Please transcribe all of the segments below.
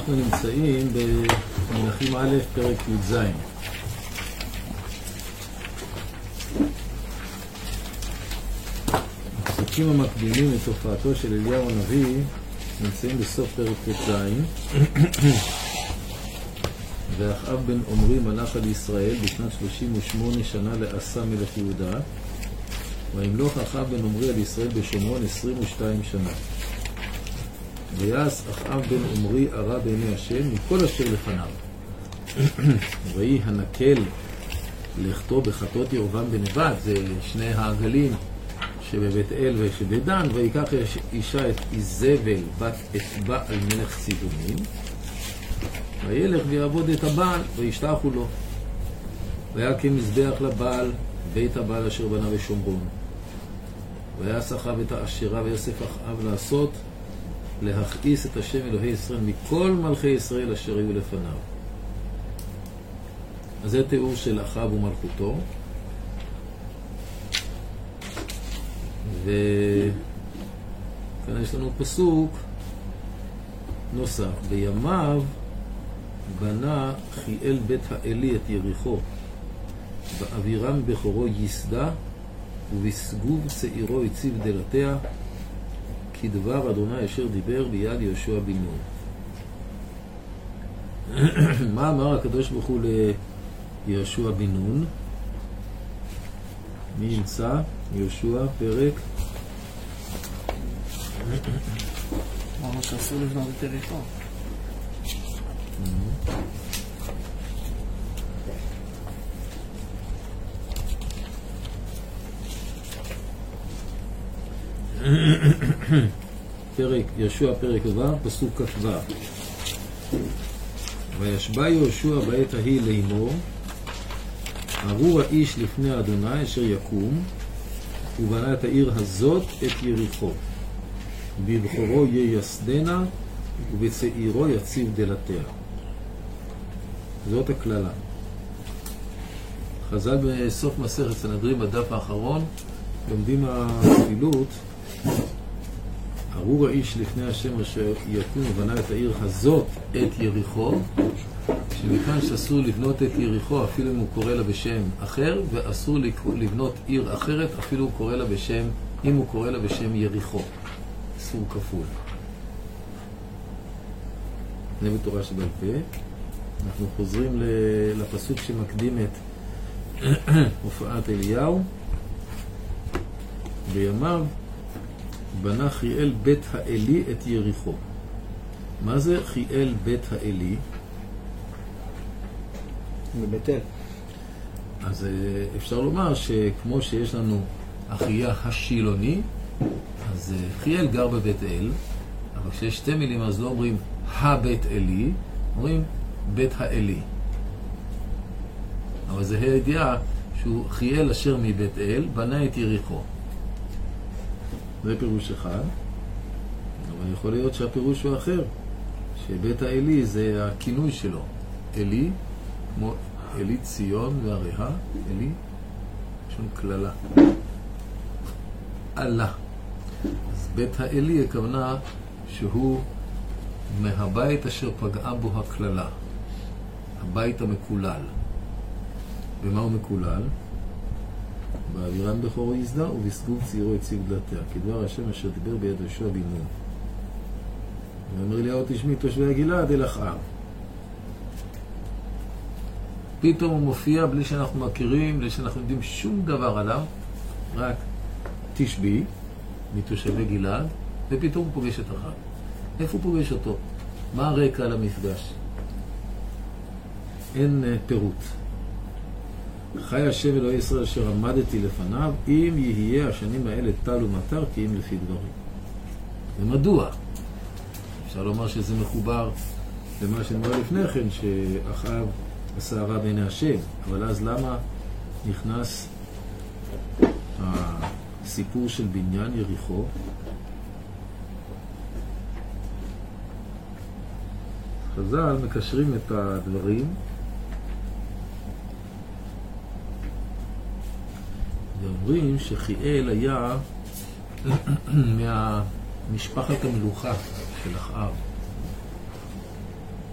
אנחנו נמצאים במלכים א' פרק י"ז. הפסוקים המקבילים את הופעתו של אליהו הנביא נמצאים בסוף פרק י"ז. ואחאב בן עמרי מלך על ישראל בשנת 38 שנה לעשה מלך יהודה, וימלוך אחאב בן עמרי על ישראל בשומרון 22 שנה. ויעש אחאב בן עמרי הרע בעיני השם מכל אשר לפניו. ויהי הנקל לכתו בחטות ירבעם בן נבט, זה שני העגלים שבבית אל ושבדן, ויקח אישה את איזבל בת את בעל מלך צידונים, וילך ויעבוד את הבעל וישתחו לו, ויקים מזבח לבעל בית הבעל אשר בנה בשומרון. ויעש אחאב את האשרה ויוסף אחאב לעשות להכעיס את השם אלוהי ישראל מכל מלכי ישראל אשר היו לפניו. אז זה תיאור של אחאב ומלכותו. וכאן יש לנו פסוק נוסף. בימיו בנה חיאל בית האלי את יריחו, באבירם בכורו יסדה, ובסגוב צעירו הציב דלתיה, כדבר אדוני אשר דיבר ביד יהושע בן נון. מה אמר הקדוש ברוך הוא ליהושע בן נון? מי ימצא? יהושע פרק אמרנו שאסור לבנות את יריחו. פרק יהושע פרק ו' פסוק כ"ו. וישבע יהושע בעת ההיא לאמור, ארור האיש לפני אדוני אשר יקום, ובנה את העיר הזאת את יריחו, בבכורו ייסדנה ובצעירו יציב דלתיה. זאת הכללה. חז"ל בסוף מסכת סנהדרין בדף האחרון לומדים הכפילות, ארור האיש לפני השם אשר יקום ובנה את העיר הזאת את יריחו, שמכאן שאסור לבנות את יריחו אפילו אם הוא קורא לה בשם אחר, ואסור לבנות עיר אחרת אפילו הוא קורא לה בשם, אם הוא קורא לה בשם יריחו. אסור כפול. זה בתורה שבעל פה. אנחנו חוזרים לפסוק שמקדים את הופעת אליהו. בימיו בנה חיאל בית האלי את יריחו. מה זה חיאל בית האלי? בבית אל. אז אפשר לומר שכמו שיש לנו אחיה השילוני, אז חיאל גר בבית אל, אבל כשיש שתי מילים אז לא אומרים הבית אלי, אומרים בית האלי. אבל זה הידיעה שהוא חיאל אשר מבית אל בנה את יריחו. זה פירוש אחד, אבל יכול להיות שהפירוש הוא אחר, שבית האלי זה הכינוי שלו. אלי, כמו אלי ציון והרעה, אלי, יש לנו כללה. אללה. אז בית האלי הכוונה שהוא מהבית אשר פגעה בו הכללה. הבית המקולל. במה הוא מקולל? באבירם בכורו יסדה ובסגוב צעירו הציב דלתיה, כדבר השם אשר דיבר ביד יהושע בן נון. ואומר אליהו תשמעי תושבי הגלעד אל אחאב. פתאום הוא מופיע בלי שאנחנו מכירים, בלי שאנחנו יודעים שום דבר עליו, רק תשבי מתושבי גלעד, ופתאום הוא פוגש את אחאב. איפה הוא פוגש אותו? מה הרקע למפגש? אין פירוט. חי השם אלוהי ישראל אשר עמדתי לפניו, אם יהיה השנים האלה טל ומטר כי אם לפי דברים. ומדוע? אפשר לומר שזה מחובר למה שנראה לפני כן, שאחאב עשה הרע בעיני השם, אבל אז למה נכנס הסיפור של בניין יריחו? חז"ל מקשרים את הדברים ואומרים שחיאל היה מהמשפחת המלוכה של אחאב.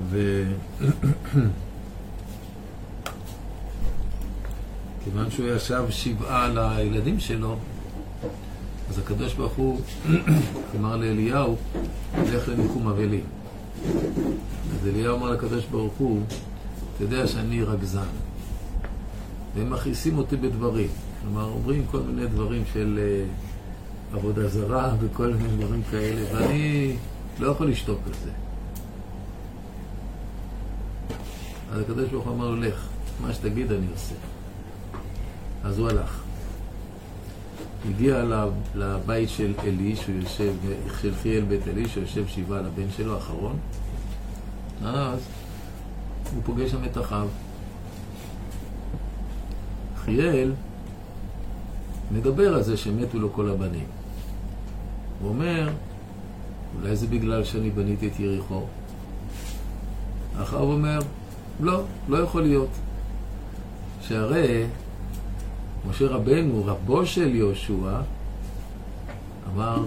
כיוון שהוא ישב שבעה לילדים שלו, אז הקדוש ברוך הוא אמר לאליהו, לך לניחום אבלים. אז אליהו אמר לקדוש ברוך הוא, אתה יודע שאני רגזן, והם מכניסים אותי בדברים. כלומר, אומרים כל מיני דברים של עבודה זרה וכל מיני דברים כאלה, ואני לא יכול לשתוק על זה. אז הקדוש ברוך הוא אמר לו, לך, מה שתגיד אני עושה. אז הוא הלך. הגיע לבית של אלי, של חיאל בית אלי, שיושב שבעה לבן שלו, האחרון. אז הוא פוגש שם את אחיו. חיאל מדבר על זה שמתו לו כל הבנים. הוא אומר, אולי זה בגלל שאני בניתי את יריחו. אחיו אומר, לא יכול להיות. שהרי משה רבנו, רבו של יהושע, אמר,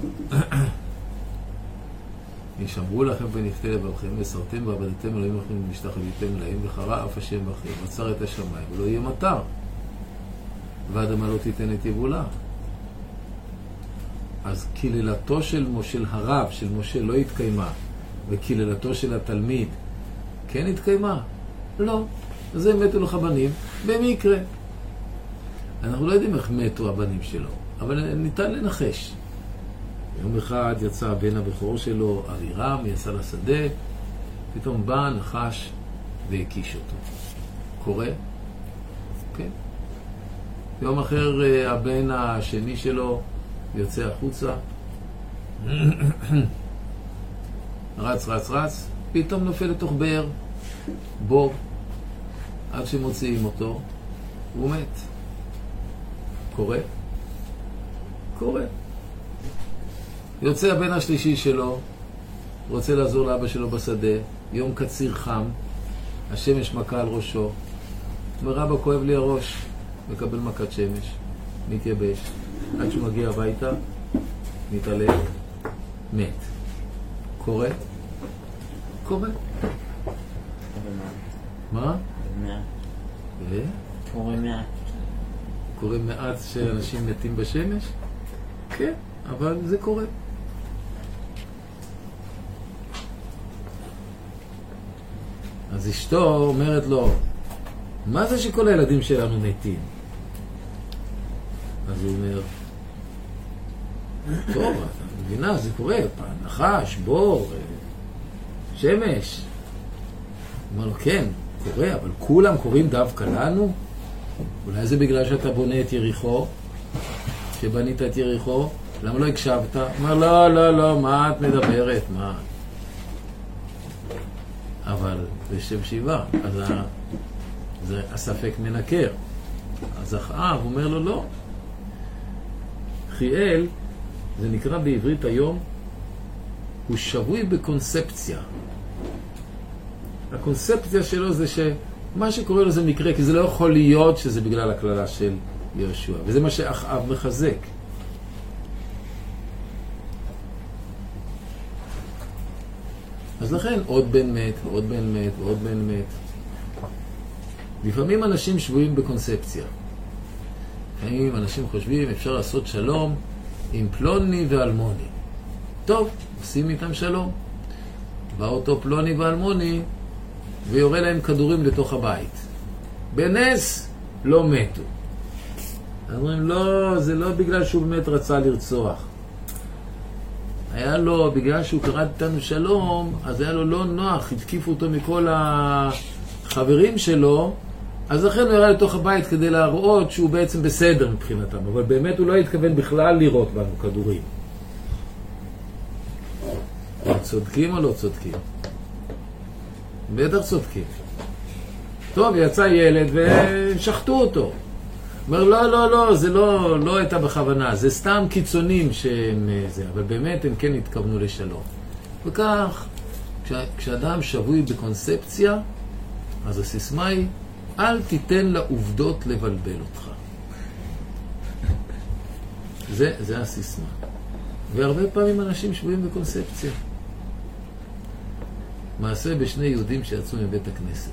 ישמרו לכם ונפתה לבבכם, וסרתם ועבדתם אלוהים לכם ומשתחוויתם להם, וחרה אף השם בכם, עצר את השמיים, ולא יהיה מטר, והאדמה לא תיתן את יבולה. אז קללתו של הרב, של משה, לא התקיימה, וקללתו של התלמיד כן התקיימה? לא. אז הם מתו לך בנים, במקרה. אנחנו לא יודעים איך מתו הבנים שלו, אבל ניתן לנחש. יום אחד יצא הבן הבכור שלו, אבירם, יצא לשדה, פתאום בא, נחש והקיש אותו. קורה? כן. יום אחר הבן השני שלו יוצא החוצה, רץ, פתאום נופל לתוך באר, בור, עד שמוציאים אותו, הוא מת. קורה? קורה. יוצא הבן השלישי שלו, רוצה לעזור לאבא שלו בשדה, יום קציר חם, השמש מכה על ראשו, אומר, אבא, כואב לי הראש, מקבל מכת שמש, מתייבש, עד שהוא מגיע הביתה, מתעלף, מת. קורה? קורה. מה? קורה מעט. קורה מעט שאנשים מתים בשמש? כן, אבל זה קורה. אז אשתו אומרת לו, מה זה שכל הילדים שלנו מתים? אז הוא אומר, טוב, אתה מבינה, זה קורה, נחש, בור, שמש. הוא אומר לו, כן, קורה, אבל כולם קוראים דווקא לנו? אולי זה בגלל שאתה בונה את יריחו, שבנית את יריחו, למה לא הקשבת? הוא אומר, לא, מה את מדברת? מה? אבל בשם שיבה, אז זה הספק מנקר. אז אחאב אומר לו, לא. חיאל, זה נקרא בעברית היום, הוא שבוי בקונספציה. הקונספציה שלו זה שמה שקורה לו זה מקרה, כי זה לא יכול להיות שזה בגלל הכללה של יהושע. וזה מה שאחאב מחזק. אז לכן עוד בן מת, ועוד בן מת, ועוד בן מת. לפעמים אנשים שבויים בקונספציה. לפעמים אנשים חושבים אפשר לעשות שלום עם פלוני ואלמוני. טוב, עושים איתם שלום. בא אותו פלוני ואלמוני ויורה להם כדורים לתוך הבית. בנס לא מתו. אומרים, לא, זה לא בגלל שהוא באמת רצה לרצוח. היה לו, בגלל שהוא קרא איתנו שלום, אז היה לו לא נוח, התקיפו אותו מכל החברים שלו, אז לכן הוא ירה לתוך הבית כדי להראות שהוא בעצם בסדר מבחינתם, אבל באמת הוא לא התכוון בכלל לראות בנו כדורים. צודקים או לא צודקים? בטח צודקים. טוב, יצא ילד ושחטו אותו. אומר, לא, זה לא הייתה בכוונה, זה סתם קיצונים שהם זה, אבל באמת הם כן התכוונו לשלום. וכך, כשאדם שבוי בקונספציה, אז הסיסמה היא, אל תיתן לעובדות לבלבל אותך. זה הסיסמה. והרבה פעמים אנשים שבויים בקונספציה. מעשה בשני יהודים שיצאו מבית הכנסת.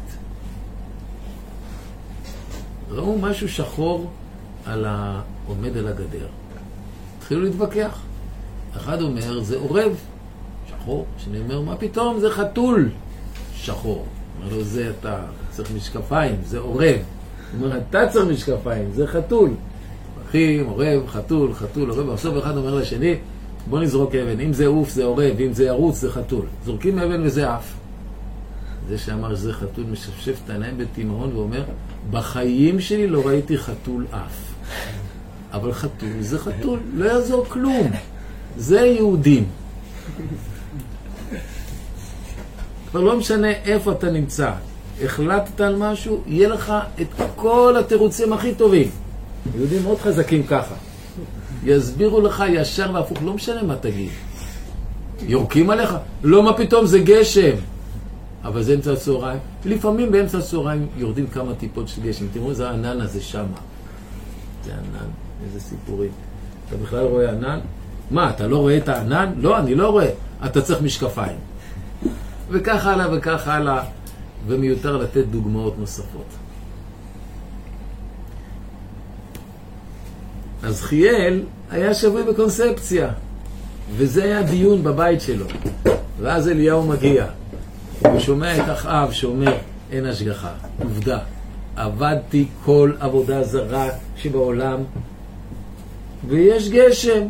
ראו משהו שחור עומד על הגדר. התחילו להתווכח. אחד אומר, זה עורב, שחור. שני אומר, מה פתאום? זה חתול, שחור. אומר לו, זה אתה צריך משקפיים, זה עורב. הוא אומר, אתה צריך משקפיים, זה חתול. אחים, עורב, חתול, חתול, עורב. בסוף אחד אומר לשני, בוא נזרוק אבן. אם זה עוף, זה עורב, אם זה ירוץ, זה חתול. זורקים אבן וזה עף. זה שאמר שזה חתול משפשף את העיניים בתימהון ואומר, בחיים שלי לא ראיתי חתול עף. אבל חתול זה חתול, לא יעזור כלום. זה יהודים. כבר לא משנה איפה אתה נמצא. החלטת על משהו, יהיה לך את כל התירוצים הכי טובים. יהודים מאוד חזקים ככה. יסבירו לך ישר והפוך, לא משנה מה תגיד. יורקים עליך? לא, מה פתאום, זה גשם. אבל זה אמצע הצהריים. לפעמים באמצע הצהריים יורדים כמה טיפות של גשם. תראו איזה הענן הזה שמה. זה ענן, איזה סיפורים. אתה בכלל רואה ענן? מה, אתה לא רואה את הענן? לא, אני לא רואה. אתה צריך משקפיים. וכך הלאה וכך הלאה. ומיותר לתת דוגמאות נוספות. אז חייל היה שבוי בקונספציה. וזה היה דיון בבית שלו. ואז אליהו מגיע. הוא שומע את אחאב שאומר, אין השגחה. עובדה. עבדתי כל עבודה זרה שבעולם, ויש גשם.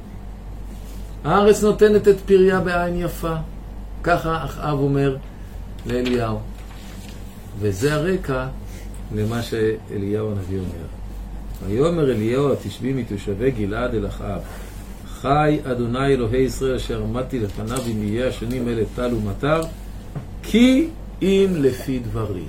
הארץ נותנת את פריה בעין יפה. ככה אחאב אומר לאליהו. וזה הרקע למה שאליהו הנביא אומר. ויאמר אליהו התשבי מתושבי גלעד אל אחאב. חי אדוני אלוהי ישראל אשר עמדתי לפניו אם יהיה השנים אלה טל ומטר, כי אם לפי דברי.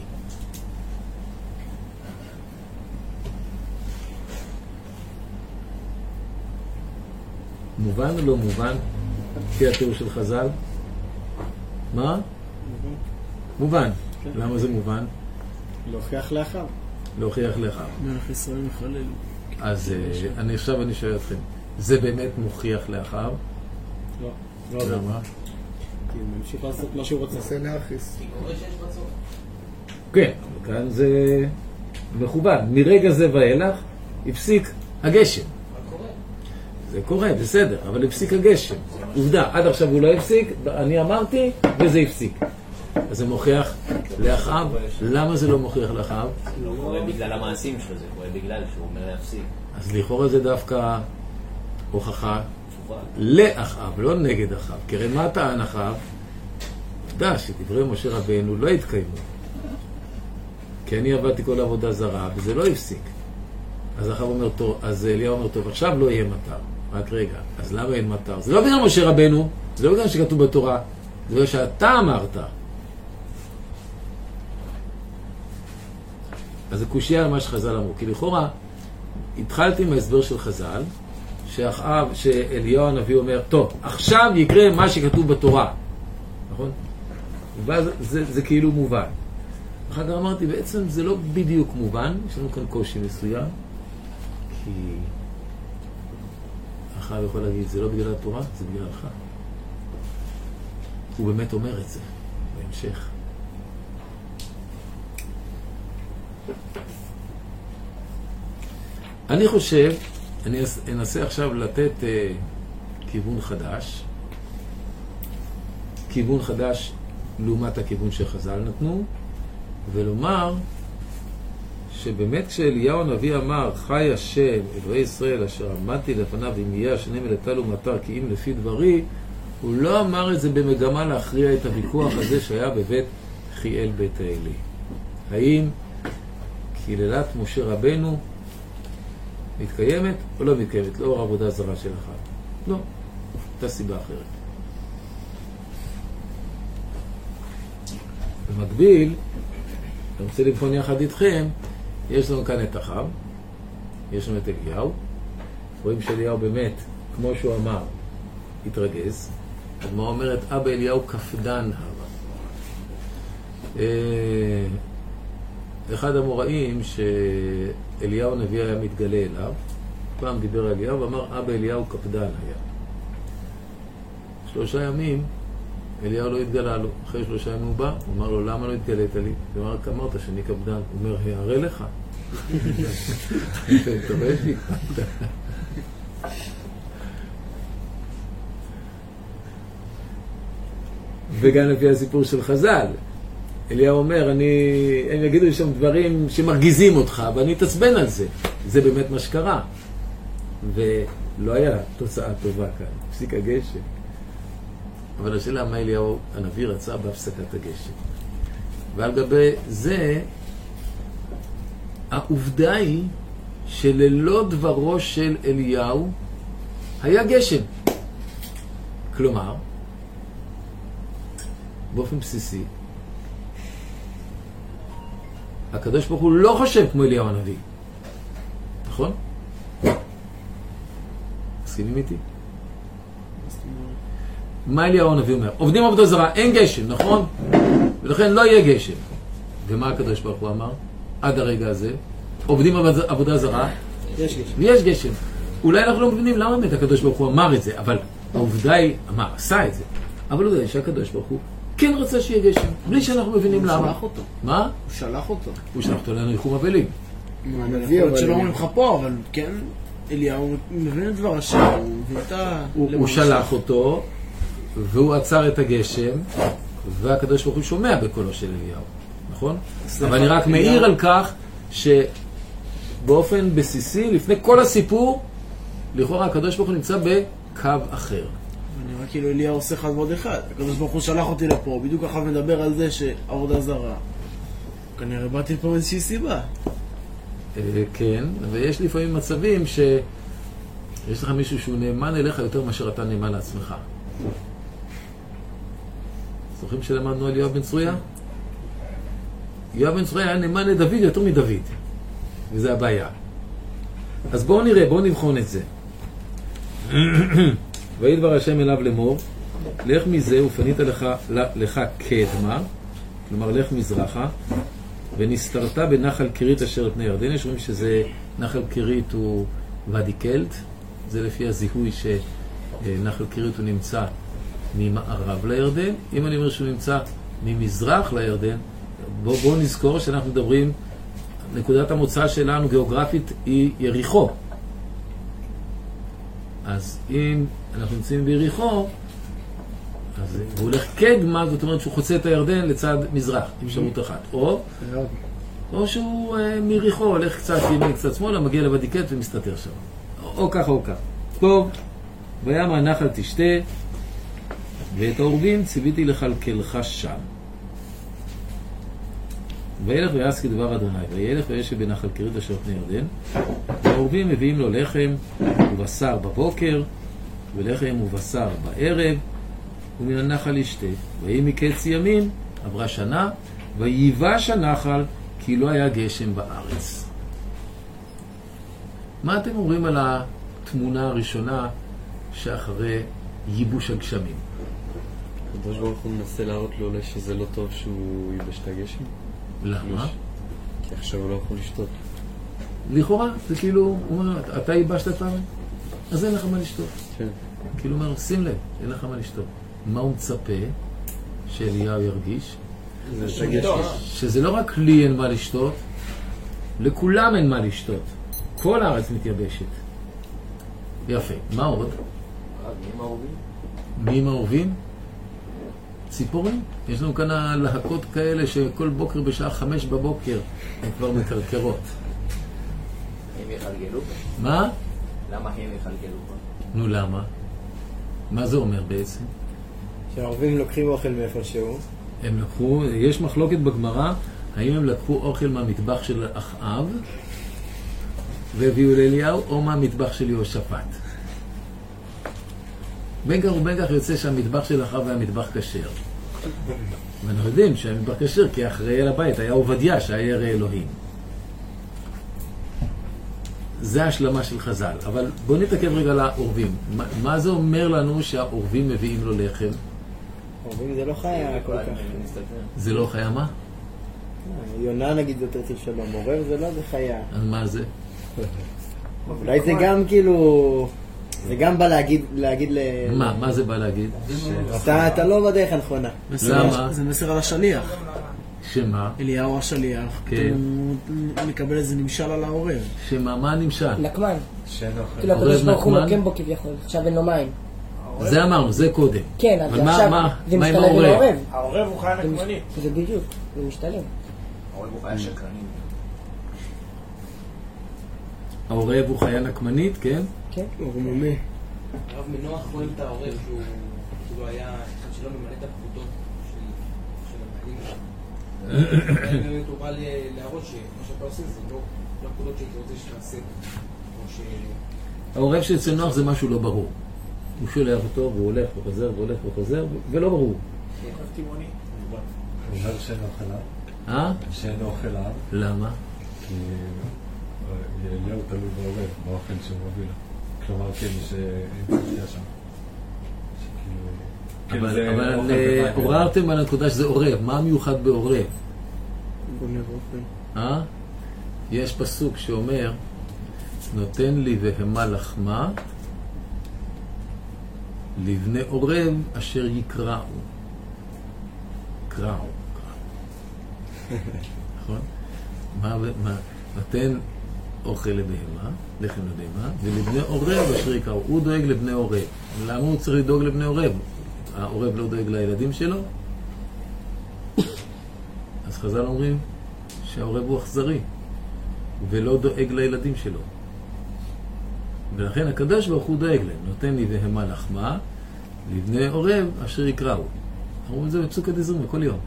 מובן או לא מובן? לפי התיאור של חז"ל? מה? מובן. מובן. כן. למה זה מובן? להוכיח לאחר. להוכיח לאחר. מלך ישראל מחלל. אז עכשיו אני שואל אתכם, זה באמת מוכיח לאחר? לא. למה? כי הוא ממשיך לעשות מה שהוא רוצה. נסה להכיס. כן, כאן זה מכוון. מרגע זה ואילך הפסיק הגשם. זה קורה, בסדר, אבל הפסיק הגשם. עובדה, עד עכשיו הוא לא הפסיק, אני אמרתי, וזה הפסיק. אז זה מוכיח לאחאב. למה זה לא מוכיח לאחאב? זה לא קורה בגלל המעשים שלו, זה קורה בגלל שהוא אומר להפסיק. אז לכאורה זה דווקא הוכחה לאחאב, לא נגד אחאב. כי הרי מה טען אחאב? עובדה שדברי משה רבנו לא התקיימו. כי אני עבדתי כל עבודה זרה, וזה לא הפסיק. אז אחאב אומר טוב, אז אליהו אומר טוב, עכשיו לא יהיה מטר. רק רגע, אז למה אין מטר? זה לא בגלל משה רבנו, זה לא בגלל שכתוב בתורה, זה בגלל שאתה אמרת. אז זה קושיה על מה שחז"ל אמרו. כי לכאורה, התחלתי מההסבר של חז"ל, שאליהו הנביא אומר, טוב, עכשיו יקרה מה שכתוב בתורה. נכון? ואז זה כאילו מובן. אחר כך אמרתי, בעצם זה לא בדיוק מובן, יש לנו כאן קושי מסוים, כי אחאב יכול להגיד, זה לא בגלל התורה, זה בגללך. הוא באמת אומר את זה, בהמשך. אני חושב, אני אנסה עכשיו לתת כיוון חדש, כיוון חדש לעומת הכיוון שחז"ל נתנו, ולומר שבאמת כשאליהו הנביא אמר חי השם אלוהי ישראל אשר עמדתי לפניו אם יהיה השנים אלה טל ומטר כי אם לפי דברי, הוא לא אמר את זה במגמה להכריע את הוויכוח הזה שהיה בבית חיאל בית האלי. האם קללת משה רבנו מתקיימת או לא מתקיימת לאור העבודה הזרה של אחאב? לא, הייתה סיבה אחרת. במקביל, אני רוצה לבחון יחד איתכם, יש לנו כאן את אחאב, יש לנו את אליהו, רואים שאליהו באמת, כמו שהוא אמר, התרגז. אז מה אומרת אבא אליהו קפדן הווה? אחד המוראים שאליהו הנביא היה מתגלה אליו, פעם דיבר אליהו ואמר אבא אליהו קפדן היה. 3 ימים אליהו לא התגלה לו. אחרי 3 ימים הוא בא, הוא אמר לו, למה לא התגלית לי? הוא אמר, רק אמרת שאני קפדן. הוא אומר, הערה לך. אתה רואה שהקפדת. וגם לפי הסיפור של חז"ל, אליהו אומר, הם יגידו לי שם דברים שמרגיזים אותך, ואני אתעצבן על זה. זה באמת מה שקרה. ולא היה תוצאה טובה כאן, הפסיק הגשם. אבל השאלה מה אליהו הנביא רצה בהפסקת הגשם. ועל גבי זה, העובדה היא שללא דברו של אליהו היה גשם. כלומר, באופן בסיסי, הקדוש ברוך הוא לא חושב כמו אליהו הנביא. נכון? מסכימים איתי? מה אליהו הנביא אומר? עובדים עבודה זרה, אין גשם, נכון? ולכן לא יהיה גשם. ומה הקדוש ברוך הוא אמר? עד הרגע הזה, עובדים עבודה זרה, ויש גשם. אולי אנחנו לא מבינים למה באמת הקדוש ברוך הוא אמר את זה, אבל העובדה היא, עשה את זה. אבל הוא יודע שהקדוש ברוך הוא כן רצה שיהיה גשם, בלי שאנחנו מבינים למה. הוא שלח אותו. מה? הוא שלח אותו. הוא שלח אותו לניחום אבלים. יכול להיות שלא אומרים לך פה, אבל כן, אליהו מבין את דבר השם, הוא מבין את ה... הוא שלח אותו, והוא עצר את הגשם, והקדוש ברוך הוא שומע בקולו של אליהו, נכון? אבל אני רק מעיר על כך שבאופן בסיסי, לפני כל הסיפור, לכאורה הקדוש ברוך הוא נמצא בקו אחר. נראה כאילו אליהו עושה אחד ועוד אחד. הקדוש ברוך הוא שלח אותי לפה, בדיוק אחר מדבר על זה שעבודה זרה. כנראה באתי לפה מאיזושהי סיבה. כן, ויש לפעמים מצבים שיש לך מישהו שהוא נאמן אליך יותר מאשר אתה נאמן לעצמך. זוכרים שלמדנו על יואב בן צרויה? יואב בן צרויה היה נאמן לדוד יותר מדוד, וזה הבעיה. אז בואו נראה, בואו נבחון את זה. ויהי דבר השם אליו לאמור, לך מזה ופנית לך קדמה, כלומר לך מזרחה, ונסתרת בנחל קרית אשר על פני ירדן. יש רואים שזה נחל קרית הוא ואדי קלט, זה לפי הזיהוי שנחל קרית הוא נמצא ממערב לירדן. אם אני אומר שהוא נמצא ממזרח לירדן, בואו נזכור שאנחנו מדברים, נקודת המוצא שלנו גיאוגרפית היא יריחו. אז אם אנחנו נמצאים ביריחו, אז הוא הולך קדמה, זאת אומרת שהוא חוצה את הירדן לצד מזרח, עם אפשרות אחת. או שהוא מיריחו הולך קצת ימין, קצת שמאלה, מגיע לוואדי קלט ומסתתר שם. או כך או כך. טוב, וים הנחל תשתה, ואת העורבים ציוויתי לכלכלך שם. וילך ויעש כדבר אדוני, וילך וישב בנחל קרית אשר פני ירדן, והעורבים מביאים לו לחם ובשר בבוקר, ולחם ובשר בערב, ומן הנחל ישתה. ויהי מקץ ימים, עברה שנה, וייבש הנחל, כי לא היה גשם בארץ. מה אתם אומרים על התמונה הראשונה שאחרי ייבוש הגשמים? הקדוש ברוך הוא מנסה להראות לו שזה לא טוב שהוא ייבש את הגשם. למה? כי עכשיו הוא לא יכול לשתות. לכאורה, זה כאילו, הוא אומר, אתה ייבשת פעם? אז אין לך מה לשתות. כן. כאילו אומר, שים לב, אין לך מה לשתות. מה הוא מצפה שאליהו ירגיש? שזה לא רק לי אין מה לשתות, לכולם אין מה לשתות. כל הארץ מתייבשת. יפה. מה עוד? מי עם העורבים? מי עם העורבים? ציפורים. יש לנו כאן להקות כאלה שכל בוקר בשעה 5 בבוקר הן כבר מקרקרות. הם יחלגלו פה? מה? למה הם יחלגלו פה? נו למה? מה זה אומר בעצם? שהערבים לוקחים אוכל מאיפשהו. הם לקחו, יש מחלוקת בגמרא, האם הם לקחו אוכל מהמטבח של אחאב והביאו לאליהו, או מהמטבח של יהושפט. בין כך ובין כך יוצא שהמטבח של אחאב היה מטבח כשר. ואנחנו יודעים שהמטבח כשר כי אחראי על הבית היה עובדיה שהיה ירא אלוהים. זה השלמה של חז"ל. אבל בואו נתעכב רגע לעורבים. מה זה אומר לנו שהעורבים מביאים לו לחם? ערבים זה לא חיה כל כך. זה לא חיה מה? יונה נגיד זה יותר שלום, עורב זה לא, זה חיה. אז מה זה? אולי זה גם כאילו זה גם בא להגיד מה זה בא להגיד? אתה לא בדרך הנכונה. למה? זה מסר על השליח. שמה? אליהו השליח. כן. הוא מקבל איזה נמשל על העורב. שמה? מה נמשל? נקמן. שאין אוכל. כאילו הקדוש ברוך הוא נקמן? נוקם בו כביכול, עכשיו אין לו מים. זה אמרנו, זה קודם. כן, אז אבל עכשיו מה זה עם משתלב עם העורב? העורב. העורב הוא חיה נקמנית. זה בדיוק, זה משתלב. העורב הוא חיה שקרנים. העורב הוא חיה נקמנית, כן? כן. רוממי. הרב מנוח רואים את העורב שהוא כאילו היה אחד שלא ממלא את הפקודות של המעלים. באמת הוא בא להראות שמה שאתה עושה זה לא הפקודות שהייתי רוצה שתעשה. העורב שאצל נוח זה משהו לא ברור. הוא שולח אותו והוא הולך וחוזר והולך וחוזר ולא ברור. עורב תימוני. הוא אומר שאין אוכל אב. שאין אוכל אב. למה? כי אליהו תלוי בעורב, באופן שהוא מביא לו. כלומר, כן, שאין שם. אבל עוררתם על הנקודה שזה עורב. מה המיוחד בעורב? גונב אוכל. יש פסוק שאומר נותן לי בהמה לחמה לבני עורב אשר יקראו. קראו. נכון? מה נותן אוכל לבהמה, לחם לבהמה, ולבני עורב אשר יקראו. הוא דואג לבני עורב. למה הוא צריך לדאוג לבני עורב? העורב לא דואג לילדים שלו? אז חז"ל אומרים שהעורב הוא אכזרי ולא דואג לילדים שלו. ולכן הקדוש ברוך הוא דואג להם, נותן לי בהמה לחמה לבני עורב אשר יקראו. אמרו את זה בפסוקא דזמרה כל יום.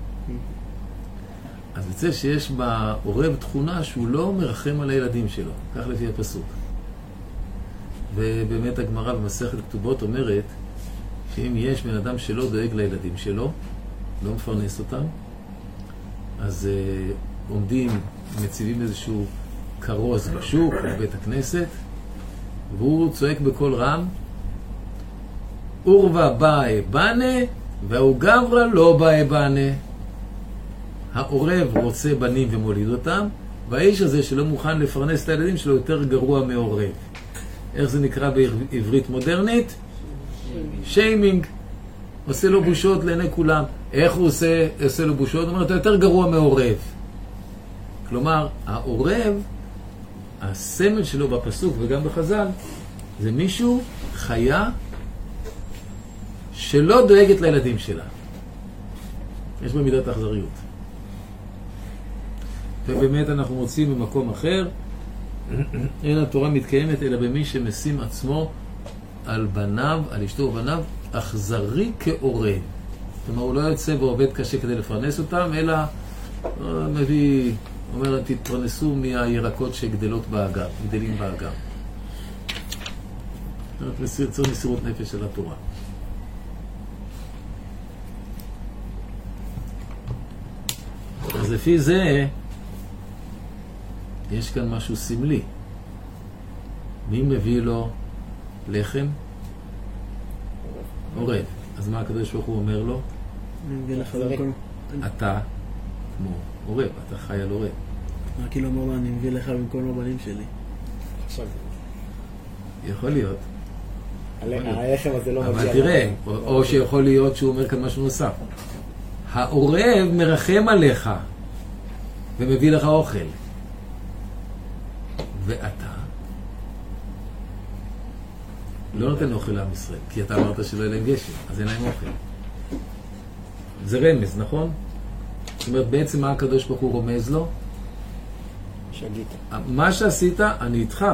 אז יוצא שיש בעורב תכונה שהוא לא מרחם על הילדים שלו, כך לפי הפסוק. ובאמת הגמרא במסכת כתובות אומרת שאם יש בן אדם שלא דואג לילדים שלו, לא מפרנס אותם, אז עומדים, מציבים איזשהו כרוז בשוק או בבית הכנסת, והוא צועק בקול רם, אורווה באי בנה והוא גברא לא באי בנה. העורב רוצה בנים ומוליד אותם, והאיש הזה שלא מוכן לפרנס את הילדים שלו יותר גרוע מעורב. איך זה נקרא בעברית מודרנית? שיימינג. עושה לו בושות לעיני כולם. איך הוא עושה לו בושות? הוא אומר, אתה יותר גרוע מעורב. כלומר, העורב, הסמל שלו בפסוק וגם בחז"ל, זה מישהו, חיה, שלא דואגת לילדים שלה. יש בה מידת האכזריות. ובאמת אנחנו מוצאים במקום אחר, אין התורה מתקיימת אלא במי שמשים עצמו על בניו, על אשתו ובניו, אכזרי כעורב. כלומר, הוא לא יוצא ועובד קשה כדי לפרנס אותם, אלא מביא, אומר, תתפרנסו מהירקות שגדלים באגם. צריך מסירות נפש של התורה. אז לפי זה, יש כאן משהו סמלי. מי מביא לו לחם? עורב. אז מה הקדוש ברוך הוא אומר לו? אני מביא לך לכל... אתה כמו עורב, אתה חי על עורב. כאילו אומר לו, אני מביא לך במקום הבנים שלי. יכול להיות. הלחם הזה לא מגיע. אבל תראה, או שיכול להיות שהוא אומר כאן משהו נוסף. העורב מרחם עליך ומביא לך אוכל. ואתה לא נותן אוכל לעם ישראל, כי אתה אמרת שלא יהיה להם גשם, אז אין להם אוכל. זה רמז, נכון? זאת אומרת, בעצם מה הקדוש ברוך הוא רומז לו? שגית. מה שעשית, אני איתך.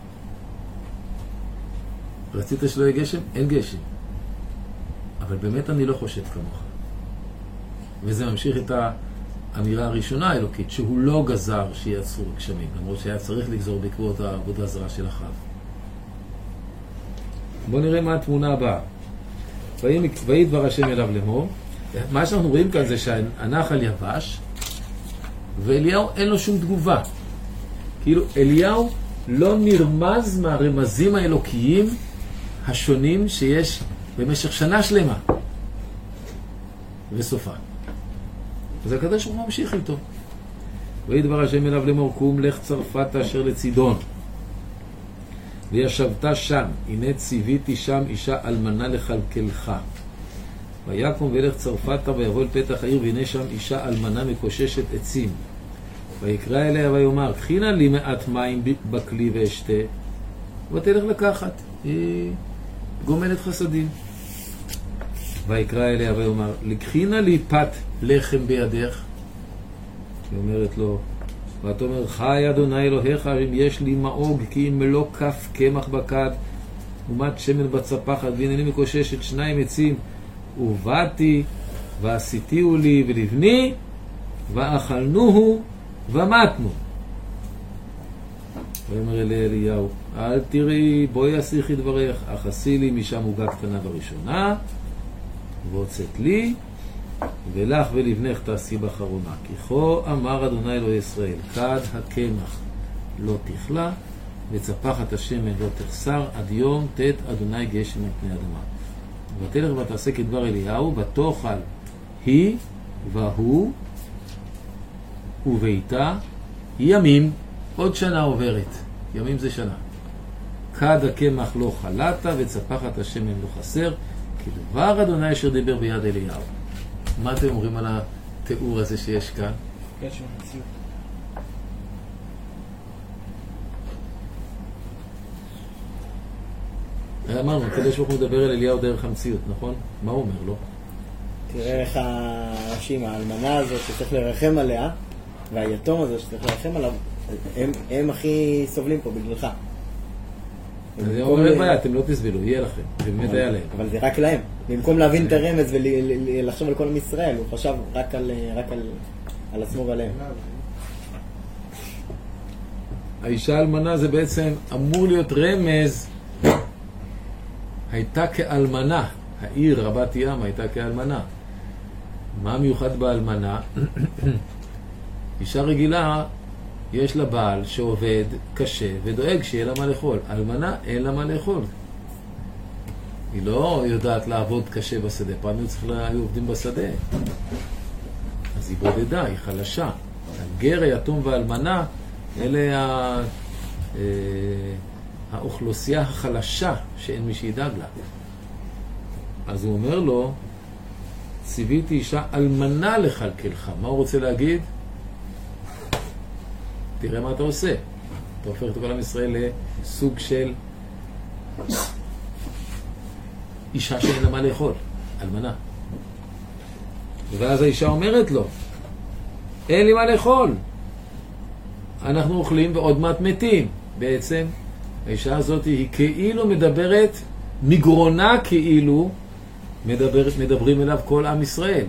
רצית שלא יהיה גשם? אין גשם. אבל באמת אני לא חושב כמוך. וזה ממשיך את האמירה הראשונה האלוקית, שהוא לא גזר שיעצרו גשמים, למרות שהיה צריך לגזור בעקבות העבודה הזרה של אחאב. בואו נראה מה התמונה הבאה. ויהי דבר השם אליו לאמור. מה שאנחנו רואים כאן זה שהנחל יבש, ואליהו אין לו שום תגובה. כאילו אליהו לא נרמז מהרמזים האלוקיים השונים שיש במשך שנה שלמה. וסופה. אז הקדוש ברוך הוא ממשיך איתו. ויהי דבר השם אליו לאמור, קום לך צרפת אשר לצידון. וישבת שם, הנה ציוויתי שם אישה אלמנה לכלכלך. ויקום וילך צרפתה ויבוא אל פתח העיר, והנה שם אישה אלמנה מקוששת עצים. ויקרא אליה ויאמר, קחי נא לי מעט מים בכלי ואשתה, ותלך לקחת, היא גומלת חסדים. ויקרא אליה ויאמר, לקחי נא לי פת לחם בידך. היא אומרת לו, ואת אומר, חי אדוני אלוהיך, אם יש לי מאוג, כי אם לא כף קמח בכד, ומט שמן בצפחת, והנני מקוששת 2 עצים, ובאתי, ועשיתיהו לי ולבני, ואכלנוהו, ומתנו. ואומר אליה אליהו, אל תראי, בואי אסיחי דברך, אך עשי לי משם עוגה קטנה בראשונה, והוצאת לי, ולך ולבנך תעשי באחרונה. כי כה אמר אדוני אלוהי ישראל, כד הקמח לא תכלה, וצפחת השמן לא תחסר, עד יום תת אדוני גשם על פני אדמה. ותלך ותעשה כדבר אליהו, ותאכל היא והוא וביתה ימים. עוד שנה עוברת, ימים זה שנה. כד הקמח לא חלת, וצפחת השמן לא חסר, כדבר אדוני אשר דיבר ביד אליהו. מה אתם אומרים על התיאור הזה שיש כאן? קשר מציאות. אמרנו, הקדוש ברוך הוא מדבר אל אליהו דרך המציאות, נכון? מה הוא אומר לו? תראה איך האנשים, האלמנה הזאת שצריך לרחם עליה, והיתום הזה שצריך לרחם עליו, הם הכי סובלים פה בגללך. אני אומר את בעיה, אתם לא תסבלו, יהיה לכם, זה באמת היה להם. אבל זה רק להם. במקום להבין את הרמז ולחשוב על כל עם ישראל, הוא חשב רק על עצמו ועליהם. האישה אלמנה זה בעצם אמור להיות רמז, הייתה כאלמנה, העיר רבת ים הייתה כאלמנה. מה מיוחד באלמנה? אישה רגילה יש לה בעל שעובד קשה ודואג שיהיה לה מה לאכול. אלמנה אין לה מה לאכול. היא לא יודעת לעבוד קשה בשדה. פעם היו עובדים בשדה. אז היא בודדה, היא חלשה. הגר, היתום והאלמנה, אלה האוכלוסייה החלשה שאין מי שידאג לה. אז הוא אומר לו, ציוויתי אישה אלמנה לכלכלך. מה הוא רוצה להגיד? תראה מה אתה עושה. אתה הופך את כל עם ישראל לסוג של אישה שאין לה מה לאכול, אלמנה. ואז האישה אומרת לו, אין לי מה לאכול, אנחנו אוכלים ועוד מעט מתים. בעצם האישה הזאת היא כאילו מדברת, מגרונה כאילו מדברים אליו כל עם ישראל.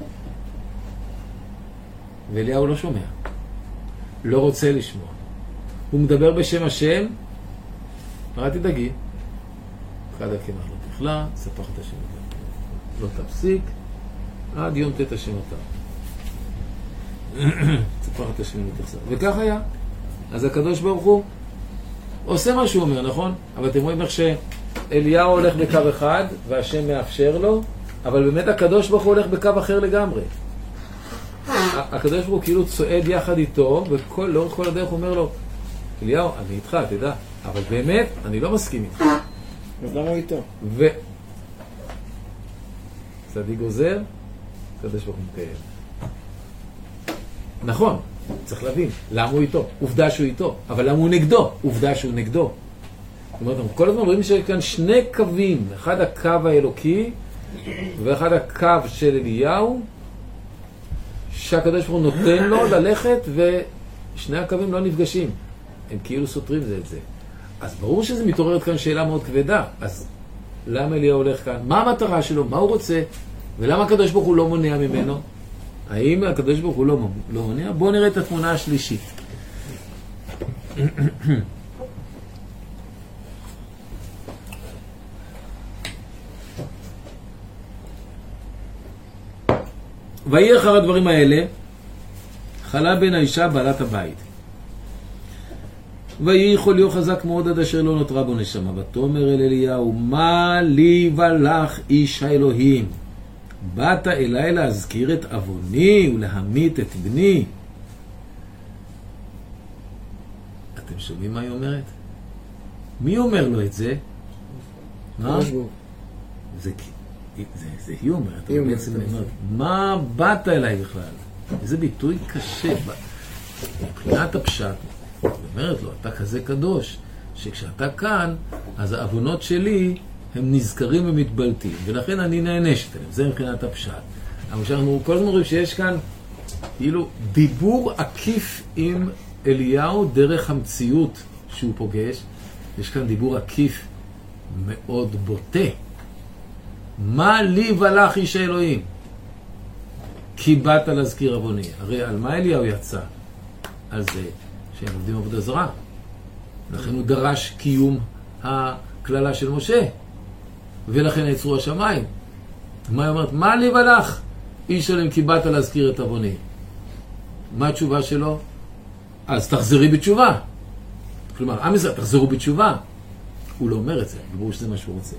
ואליהו לא שומע, לא רוצה לשמוע. הוא מדבר בשם השם, אל תדאגי, כד הקמח לא תכלה, צפחת השם לא תפסיק, עד יום תת השם אותה. צפחת השם לא תחסר. וכך היה. אז הקדוש ברוך הוא עושה מה שהוא אומר, נכון? אבל אתם רואים איך שאליהו הולך בקו אחד והשם מאפשר לו, אבל באמת הקדוש ברוך הוא הולך בקו אחר לגמרי. הקדוש ברוך הוא כאילו צועד יחד איתו, ולאורך כל הדרך הוא אומר לו, אליהו, אני איתך, תדע, אבל באמת אני לא מסכים איתך. אז למה הוא איתו? צדיק גוזר, הקדוש ברוך הוא מקיים. נכון, צריך להבין, למה הוא איתו? עובדה שהוא איתו, אבל למה הוא נגדו? עובדה שהוא נגדו. זאת אומרת, כל הזמן רואים שיש כאן שני קווים, אחד הקו האלוקי, ואחד הקו של אליהו, שהקדוש ברוך הוא נותן לו ללכת, ושני הקווים לא נפגשים. הם כאילו סותרים זה את זה. אז ברור שזה מתעוררת כאן שאלה מאוד כבדה. אז למה אליהו הולך כאן? מה המטרה שלו? מה הוא רוצה? ולמה הקדוש ברוך הוא לא מונע ממנו? האם הקדוש ברוך הוא לא מונע? בואו נראה את התמונה השלישית. ויהי אחר הדברים האלה, חלה בן האישה בעלת הבית. ויהי חוליו חזק מאוד עד אשר לא נותרה בו נשמה. ותאמר אל אליהו, מה לי ולך איש האלוהים? באת אליי להזכיר את אבוני ולהמית את בני. אתם שומעים מה היא אומרת? מי אומר לו את זה? מה? הקדוש ברוך הוא. זה היא אומרת, היא אומרת, בעצם אומרת, מה באת אליי בכלל? איזה ביטוי קשה. מבחינת הפשט, היא אומרת לו, אתה כזה קדוש, שכשאתה כאן, אז העוונות שלי הם נזכרים ומתבלטים, ולכן אני נענשת עליהם. זה מבחינת הפשט. אבל שאנחנו כל הזמן רואים שיש כאן כאילו דיבור עקיף עם אליהו דרך המציאות שהוא פוגש. יש כאן דיבור עקיף מאוד בוטה. מה לי ולך איש האלוהים? כי באת להזכיר עווני. הרי על מה אליהו יצא? על זה שהם עובדים עבודה זרה. לכן הוא דרש קיום הכללה של משה. ולכן יצרו השמיים. מה היא אומרת? מה לי ולך איש האלוהים כי באת להזכיר את עווני? מה התשובה שלו? אז תחזרי בתשובה. כלומר, עם ישראל, תחזרו בתשובה. הוא לא אומר את זה, ברור שזה מה שהוא רוצה.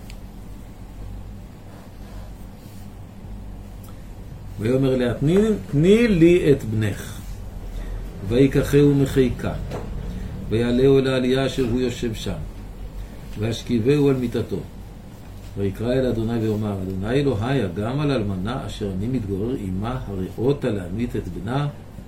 ויאמר אליה, תני לי את בנך. ויקחהו מחיקה. ויעלהו אל העלייה אשר הוא יושב שם. וישכיבהו על מיטתו. ויקרא אל אדוני ואומר, אדוני אלוהי, גם על אלמנה אשר אני מתגורר עמה, הריאות להמית את בנה.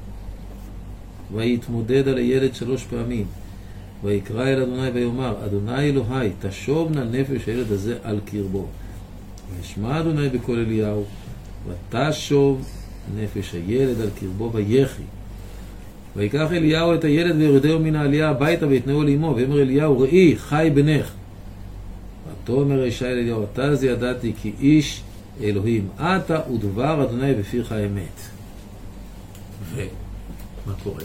ויתמודד על הילד 3 פעמים. ויקרא אל אדוני ויאמר, אדוני אלוהי, תשוב נא נפש הילד הזה על קרבו. וישמע אדוני בקול אליהו, ותשוב נפש הילד על קרבו ויחי. ויקח אליהו את הילד וירדהו מן העלייה הביתה ויתנאו לאמו, ואמר אליהו, ראי, חי בנך. ותאמר אישה אל אליהו, אתה אז ידעתי כי איש אלוהים אתה ודבר אדוני בפיך אמת. ומה קורה?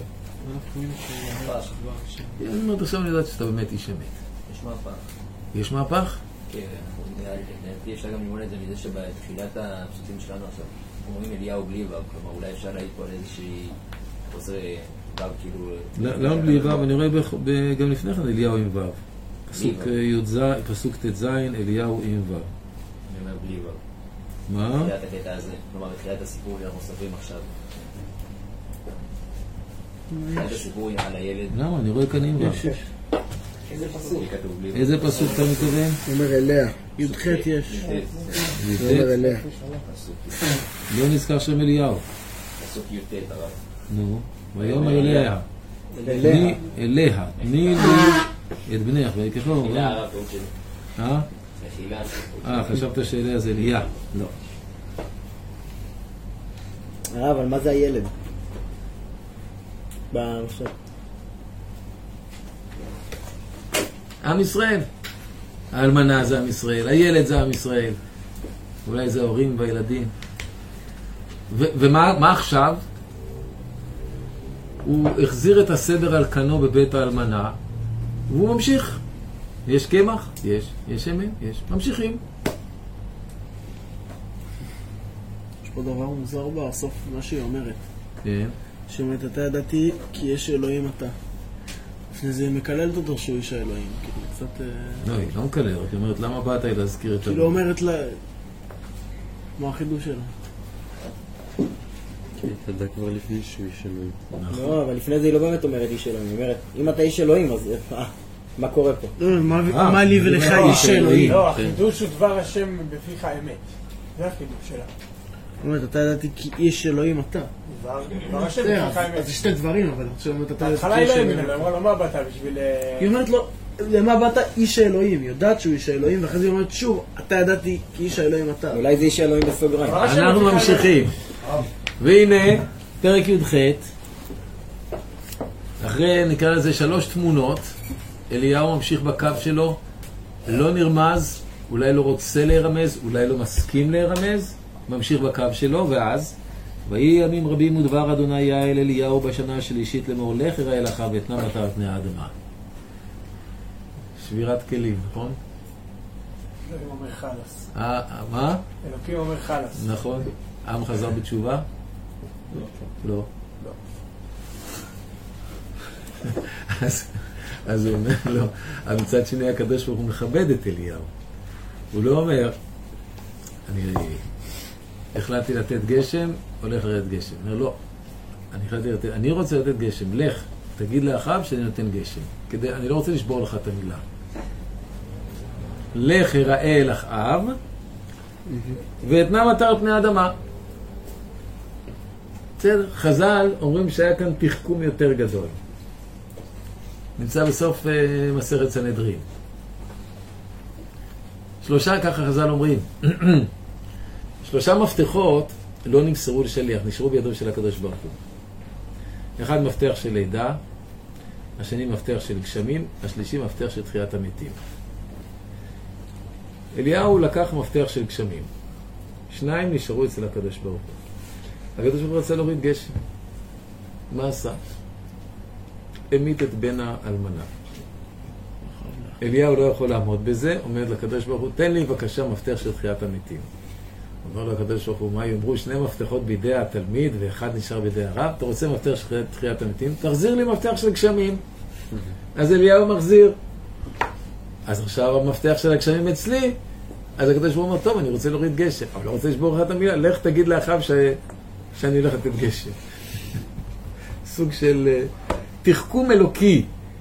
אני אומרת, עכשיו אני יודעת שאתה באמת איש אמת. יש מהפך. יש מהפך? כן, לדעתי אפשר גם ללמוד את זה מזה שבתחילת הפסוקים שלנו עכשיו אומרים אליהו בלי וו, כלומר אולי אפשר להעיד פה על איזושהי חוסר וו כאילו... למה בלי וו? אני רואה גם לפני כן אליהו עם וו. פסוק ט"ז, אליהו עם וו. אני אומר בלי וו. מה? בתחילת הקטע הזה, כלומר בתחילת הסיפור שאנחנו מספרים עכשיו. בתחילת הסיפור על הילד. למה? אני רואה כאן עם וו. איזה פסוק? איזה פסוק אתה מתכוון? הוא אומר אליה. י"ח יש. הוא אומר אליה. לא נזכר שם אליהו. פסוק י"ט הרב. נו, ויאמר אליה. אליה. תני לי את בנך. ויקחו. תחילה הרב, טעות שלי. תחילה. חשבת שאליה זה אליה. לא. הרב, אבל מה זה הילד? במשל. עם ישראל. האלמנה זה עם ישראל, הילד זה עם ישראל. אולי זה ההורים והילדים. ומה עכשיו? הוא החזיר את הסדר על כנו בבית האלמנה, והוא ממשיך. יש קמח? יש. יש שמן? יש. ממשיכים. יש פה דבר מוזר בסוף, מה שהיא אומרת. כן. שהיא אומרת, אתה ידעתי כי יש אלוהים אתה. לפני זה היא מקללת אותו שהוא איש האלוהים. כאילו, קצת... לא, היא לא מקללת. היא אומרת, למה באת לי להזכיר את כאילו אומרת לה... מה החידוש שלה? היא תדע כבר לפני שהוא איש אלוהים. לא, אבל לפני זה היא לא באמת אומרת איש אלוהים. היא אומרת, אם אתה איש אלוהים, אז מה קורה פה? לא, מה לי ולך איש אלוהים? לא, החידוש הוא דבר השם בפיך האמת. זה החידוש שלה. זאת אומרת, אתה ידעתי כי איש אלוהים אתה. דבר השם בפיך האמת. אז זה שתי דברים, אבל עכשיו אומרת, אתה ידעתי בהתחלה כי היא איש לא אלוהים. האמינה, אמרה לו, מה באת בשביל... היא אומרת לו, למה באת איש האלוהים? היא יודעת שהוא איש האלוהים, ואחרי זה היא אומרת שוב, אתה ידעתי כי איש האלוהים אתה. אולי זה איש אלוהים בסוגריים. אנחנו ממשיכים. והנה, פרק י"ח, אחרי נקרא לזה 3 תמונות, אליהו ממשיך בקו שלו, לא נרמז, אולי לא רוצה להירמז, אולי לא מסכים להירמז, ממשיך בקו שלו, ואז, ויהי ימים רבים ודבר אדוני היה אל אליהו בשנה השלישית לאמור, לך יראה לך ואתנה מטר על פני האדמה. שבירת כלים, נכון? אלוקים אומר חלס. מה? אלוקים אומר חלס. נכון. עם חזר בתשובה? לא. אז הוא אומר לו, מצד שני הקדוש ברוך הוא מכבד את אליהו. הוא לא אומר, אני החלטתי לתת גשם, הולך לרדת גשם. הוא אומר, לא, אני רוצה לתת גשם, לך, תגיד לאחיו שאני נותן גשם. אני לא רוצה לשבור לך את המילה. לך הראה אל אחאב, ואתנם אתה על פני האדמה. בסדר, חז"ל אומרים שהיה כאן תחכום יותר גדול. נמצא בסוף מסכת סנהדרין. 3, ככה חז"ל אומרים, 3 מפתחות לא נמסרו לשליח, נשארו בידו של הקדוש ברוך הוא. אחד מפתח של לידה, השני מפתח של גשמים, השלישי מפתח של תחיית המתים. אליהו לקח מפתח של גשמים. 2 נשארו אצל הקדוש ברוך הוא. הקדוש ברוך הוא רצה להוריד גשם. מה עשה? המית את בן האלמנה. אליהו לא יכול לעמוד בזה, אומר לקדוש ברוך הוא, תן לי בבקשה מפתח של תחיית המתים. אומר לו הקדוש ברוך הוא, מה יאמרו? 2 מפתחות בידי התלמיד ואחד נשאר בידי הרב. אתה רוצה מפתח של תחיית המתים? תחזיר לי מפתח של גשמים. אז אליהו מחזיר. אז עכשיו המפתח של הגשמים אצלי. אז הקדוש ברוך הוא אומר, טוב, אני רוצה להוריד גשם, אבל לא רוצה לשבור לך את המילה, לך תגיד לאחיו שאני הולך לתת גשם. סוג של תחכום אלוקי.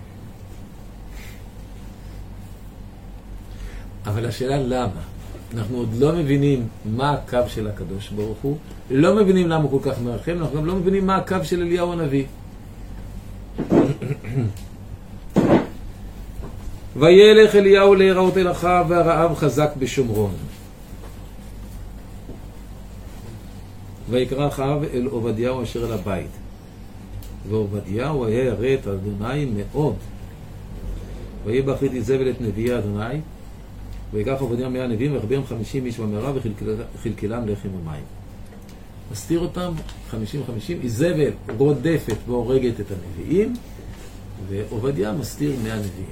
אבל השאלה למה? אנחנו עוד לא מבינים מה הקו של הקדוש ברוך הוא, לא מבינים למה הוא כל כך מרחם, אנחנו גם לא מבינים מה הקו של אליהו הנביא. וילך אליהו להיראות אל אחיו, והרעב חזק בשומרון. ויקרא אחיו אל עובדיהו אשר אל הבית. ועובדיהו היה ירא את אדוני מאוד. ויהי באחרית איזבל את נביאי אדוני, ויקח עובדיהו 100 נביאים, ויחביאם 50 איש במערה, וכלכלם לחם ומים. מסתיר אותם 50-50, איזבל רודפת והורגת את הנביאים, ועובדיה מסתיר 100 נביאים.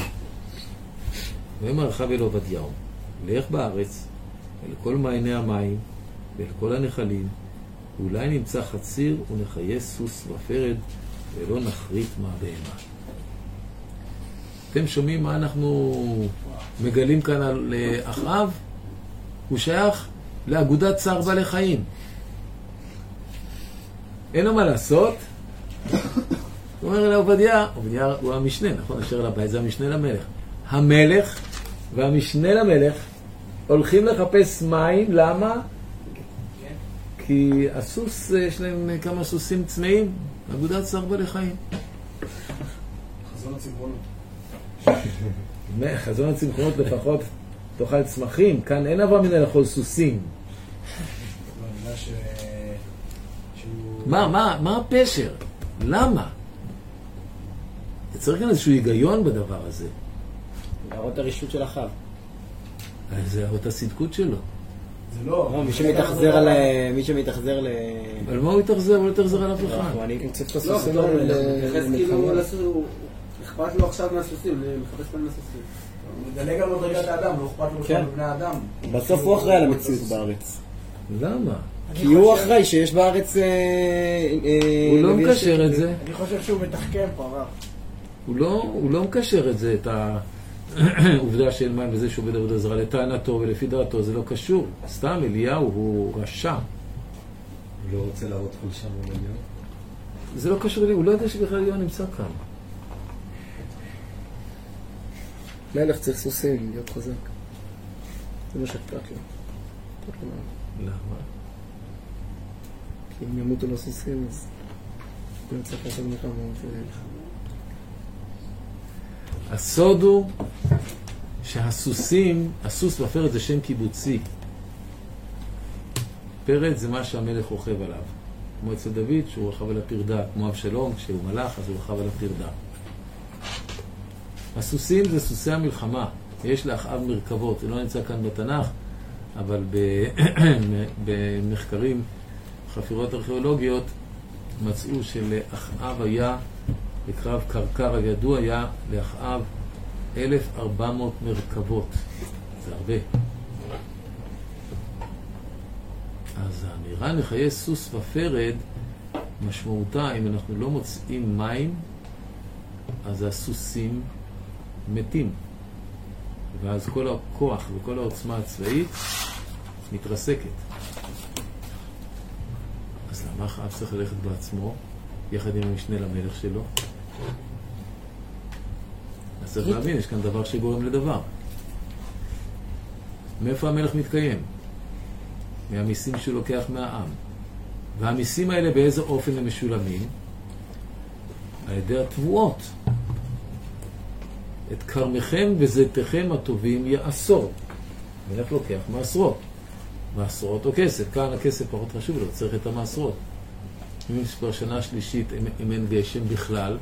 ויאמר אחיו אל עובדיהו, לך בארץ, אל כל מעייני המים, ואל כל הנחלים, ואולי נמצא חציר ונחיה סוס ופרד, ולא נחריט מהבהמה. אתם שומעים מה אנחנו מגלים כאן על אחאב? הוא שייך לאגודת צער בעלי חיים. אין לו מה לעשות. הוא אומר לעובדיה, עובדיה הוא המשנה, נכון? אשר אל הבית זה המשנה למלך. המלך והמשנה למלך הולכים לחפש מים, למה? כי הסוס, יש להם כמה סוסים צמאים, אגודת צער בעלי חיים. חזון הצמחונות. חזון הצמחונות לפחות תאכל צמחים, כאן אין אברהם מן לאכול סוסים. מה הפשר? למה? צריך כאן איזשהו היגיון בדבר הזה. להראות את הרישות של אחיו. זה להראות את הסדקות שלו. זה לא. מי שמתאכזר ל... אבל מה הוא יתאכזר? הוא לא יתאכזר על אף אחד. אני צריך את לא, הסוסים כאילו אכפת לו עכשיו מהסוסים, לחפש כאן מהסוסים. הוא מדלג על מדרגת האדם, לא אכפת לו בכלל מבני האדם. בסוף הוא אחראי על המציאות בארץ. למה? כי הוא אחראי שיש בארץ... הוא לא מקשר את זה. אני חושב שהוא מתחכם פה, אבל... הוא לא מקשר את זה, את העובדה של מים וזה שהוא עובד עבודה זרה, לטענתו ולפי דעתו, זה לא קשור. סתם אליהו הוא רשע. הוא לא רוצה להראות חולשה מול אליהו? זה לא קשור אליהו, הוא לא יודע שבכלל אליהו נמצא כאן. מלך צריך סוסים, להיות חזק. זה מה שאכפת לו. למה? כי אם ימותו לו סוסים, אז הוא צריך לעשות מלחמה. הסוד הוא שהסוסים, הסוס והפרד זה שם קיבוצי. פרד זה מה שהמלך רוכב עליו. כמו אצל דוד שהוא רוכב על הפרדה, כמו אבשלום כשהוא מלך אז הוא רוכב על הפרדה. הסוסים זה סוסי המלחמה. יש לאחאב מרכבות, זה לא נמצא כאן בתנ"ך, אבל במחקרים, חפירות ארכיאולוגיות, מצאו שלאחאב היה, בקרב קרקר הידוע היה לאחאב 1,400 מרכבות. זה הרבה. אז האמירה לחיי סוס ופרד, משמעותה, אם אנחנו לא מוצאים מים, אז הסוסים מתים. ואז כל הכוח וכל העוצמה הצבאית מתרסקת. אז למה אחאב צריך ללכת בעצמו, יחד עם המשנה למלך שלו? אז צריך להבין, יש כאן דבר שגורם לדבר. מאיפה המלך מתקיים? מהמיסים שהוא לוקח מהעם. והמיסים האלה באיזה אופן הם משולמים? על ידי התבואות. את כרמכם וזיתכם הטובים יאסור. המלך לוקח מעשרות. מעשרות או כסף. כאן הכסף פחות חשוב לו, צריך את המעשרות. אם כבר שנה שלישית, אם אין גשם בכלל,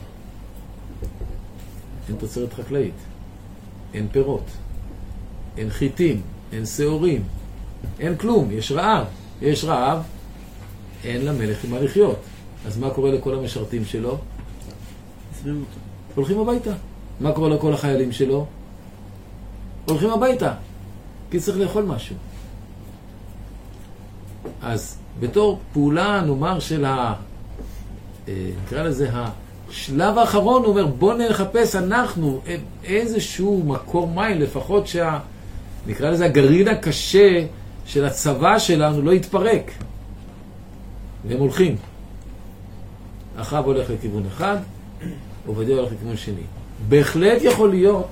אין תוצרת חקלאית, אין פירות, אין חיטים, אין שעורים, אין כלום, יש רעב. יש רעב, אין למלך עם מה לחיות. אז מה קורה לכל המשרתים שלו? הולכים הביתה. מה קורה לכל החיילים שלו? הולכים הביתה, כי צריך לאכול משהו. אז בתור פעולה, נאמר, של נקרא לזה השלב האחרון, הוא אומר, בוא נחפש אנחנו איזשהו מקור מים, לפחות נקרא לזה הגרעין הקשה של הצבא שלנו לא יתפרק. והם הולכים. אחאב הולך לכיוון אחד, עובדיה הולך לכיוון שני. בהחלט יכול להיות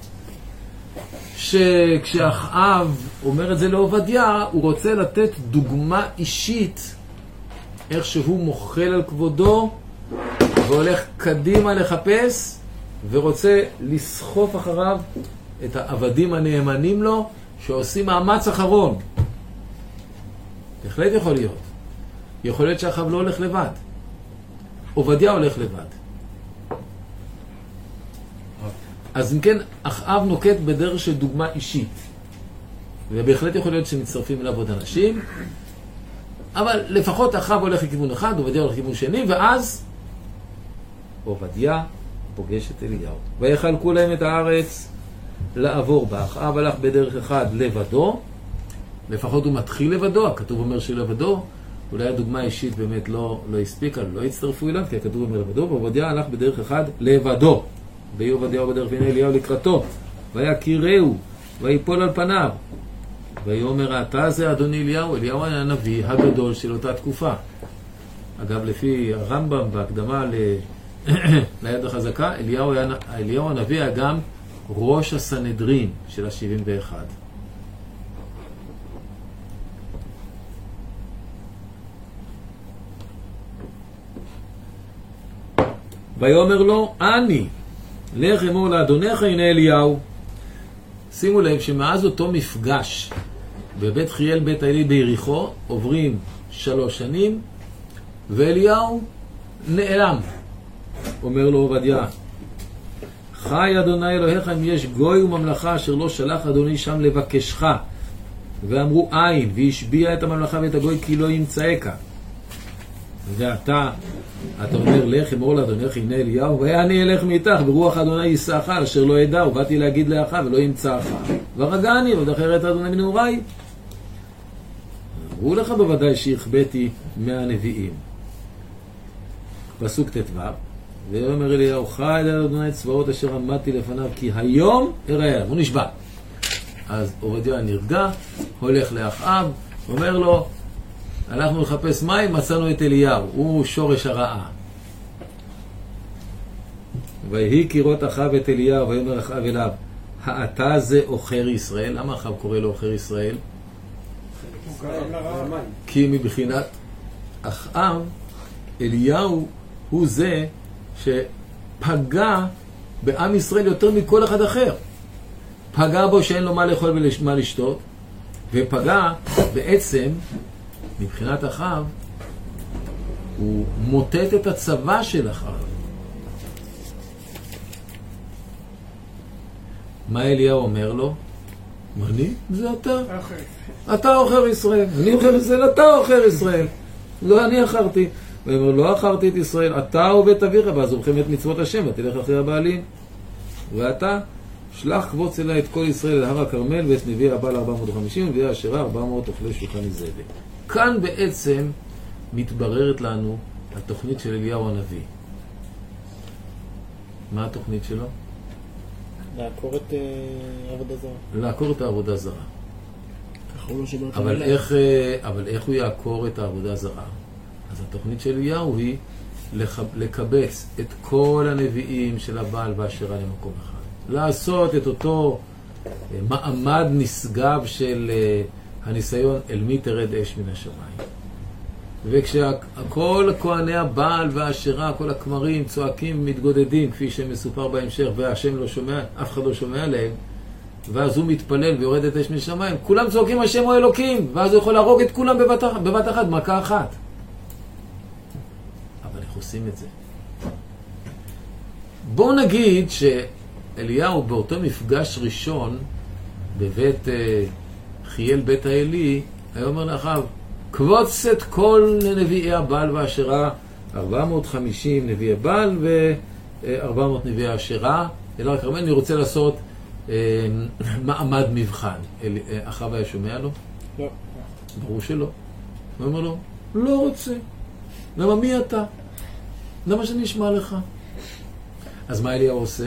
שכשאחאב אומר את זה לעובדיה, הוא רוצה לתת דוגמה אישית איך שהוא מוחל על כבודו והולך קדימה לחפש ורוצה לסחוף אחריו את העבדים הנאמנים לו שעושים מאמץ אחרון. בהחלט יכול להיות. יכול להיות שאחאב לא הולך לבד. עובדיה הולך לבד. אז אם כן, אחאב נוקט בדרך של דוגמה אישית. ובהחלט יכול להיות שמצטרפים אליו עוד אנשים. אבל לפחות אחאב הולך לכיוון אחד, עובדיה הולך לכיוון שני, ואז עובדיה פוגש את אליהו. ויחלקו להם את הארץ לעבור בה. אחאב הלך בדרך אחד לבדו. לפחות הוא מתחיל לבדו, הכתוב אומר שלבדו. אולי הדוגמה האישית באמת לא הספיקה, לא הצטרפו אליו, כי הכתוב אומר לבדו, ועובדיה הלך בדרך אחד לבדו. ויהי עובדיה בדרך והנה אליהו לקראתו, ויקירהו, ויפול על פניו. ויאמר, אתה זה אדוני אליהו. אליהו היה הנביא הגדול של אותה תקופה. אגב, לפי הרמב"ם בהקדמה ליד החזקה, אליהו הנביא היה גם ראש הסנהדרין של ה-71. ויאמר לו, אני, לך אמור לאדונך, הנה אליהו. שימו לב שמאז אותו מפגש בבית חיאל בית האלי ביריחו עוברים 3 שנים ואליהו נעלם. אומר לו עובדיה, חי אדוני אלוהיך אם יש גוי וממלכה אשר לא שלח אדוני שם לבקשך. ואמרו אין, והשביע את הממלכה ואת הגוי כי לא ימצאך. ואתה אומר, לך אמור לאדונך, הנה אליהו, ואני אלך מאיתך, ברוח אדוני יישאך, אשר לא ידע, ובאתי להגיד לאחיו ולא ימצאך. ורגעני, עוד אחרת אדוני מנעוריי. אמרו לך בוודאי שהכבאתי מהנביאים. פסוק ט"ו, ואומר אליהו, חי אדוני צבאות אשר עמדתי לפניו, כי היום אראה. הוא נשבע. אז עובדיה נרגע, הולך לאחאב, אומר לו, הלכנו לחפש מים, מצאנו את אליהו, הוא שורש הרעה. ויהי קירות אחאב את אליהו, ויאמר אחאב אליו, האתה זה עוכר ישראל? למה אחאב קורא לו עוכר ישראל? כי מבחינת אחאב, אליהו הוא זה שפגע בעם ישראל יותר מכל אחד אחר. פגע בו שאין לו מה לאכול ומה לשתות, ופגע בעצם מבחינת אחאב, הוא מוטט את הצבא של אחאב. מה אליהו אומר לו? אני? זה אתה. אתה עוכר ישראל. אני עוכר ישראל, אתה עוכר ישראל. לא אני עכרתי. הוא אומר, לא עכרתי את ישראל, אתה ובית אביך, ואז הולכים את מצוות השם, ותלך אחרי הבעלים. ואתה, שלח קבוץ אליי את כל ישראל אל הר הכרמל, ואת נביא הבעל 450, ונביא אשרה 400 אוכלי שולחן איזבל. כאן בעצם מתבררת לנו התוכנית של אליהו הנביא. מה התוכנית שלו? לעקור את העבודה זרה. לעקור את העבודה זרה. אבל איך הוא יעקור את העבודה זרה? אז התוכנית של אליהו היא לקבץ את כל הנביאים של הבעל והאשרה למקום אחד. לעשות את אותו מעמד נשגב של הניסיון אל מי תרד אש מן השמיים. וכשכל כהני הבעל והאשרה, כל הכמרים צועקים מתגודדים כפי שמסופר בהמשך, והשם לא שומע, אף אחד לא שומע להם, ואז הוא מתפלל ויורדת אש מן השמיים, כולם צועקים השם הוא אלוקים, ואז הוא יכול להרוג את כולם בבת אחת, מכה אחת. אבל איך עושים את זה? בואו נגיד שאליהו באותו מפגש ראשון בבית חיאל בית האלי, היה אומר לאחיו, קבוץ את כל נביאי הבעל והאשרה, 450 נביאי בעל ו400 נביאי האשרה, אלא רק אני רוצה לעשות מעמד מבחן. אחיו היה שומע לו? לא. ברור שלא. הוא אומר לו, לא רוצה. למה מי אתה? למה שאני אשמע לך? אז מה אליהו עושה?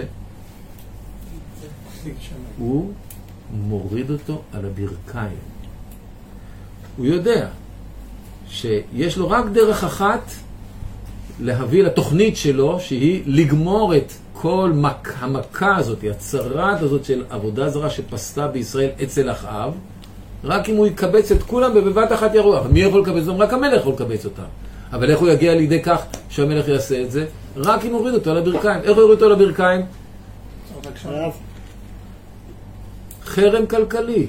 הוא מוריד אותו על הברכיים. הוא יודע שיש לו רק דרך אחת להביא לתוכנית שלו, שהיא לגמור את כל המכה הזאת, הצרת הזאת של עבודה זרה שפסתה בישראל אצל אחאב, רק אם הוא יקבץ את כולם בבת אחת ירו. אבל מי יכול לקבץ אותם? רק המלך יכול לקבץ אותם. אבל איך הוא יגיע לידי כך שהמלך יעשה את זה? רק אם הוא הוריד אותו על הברכיים. איך הוא הוריד אותו על הברכיים? חרם כלכלי.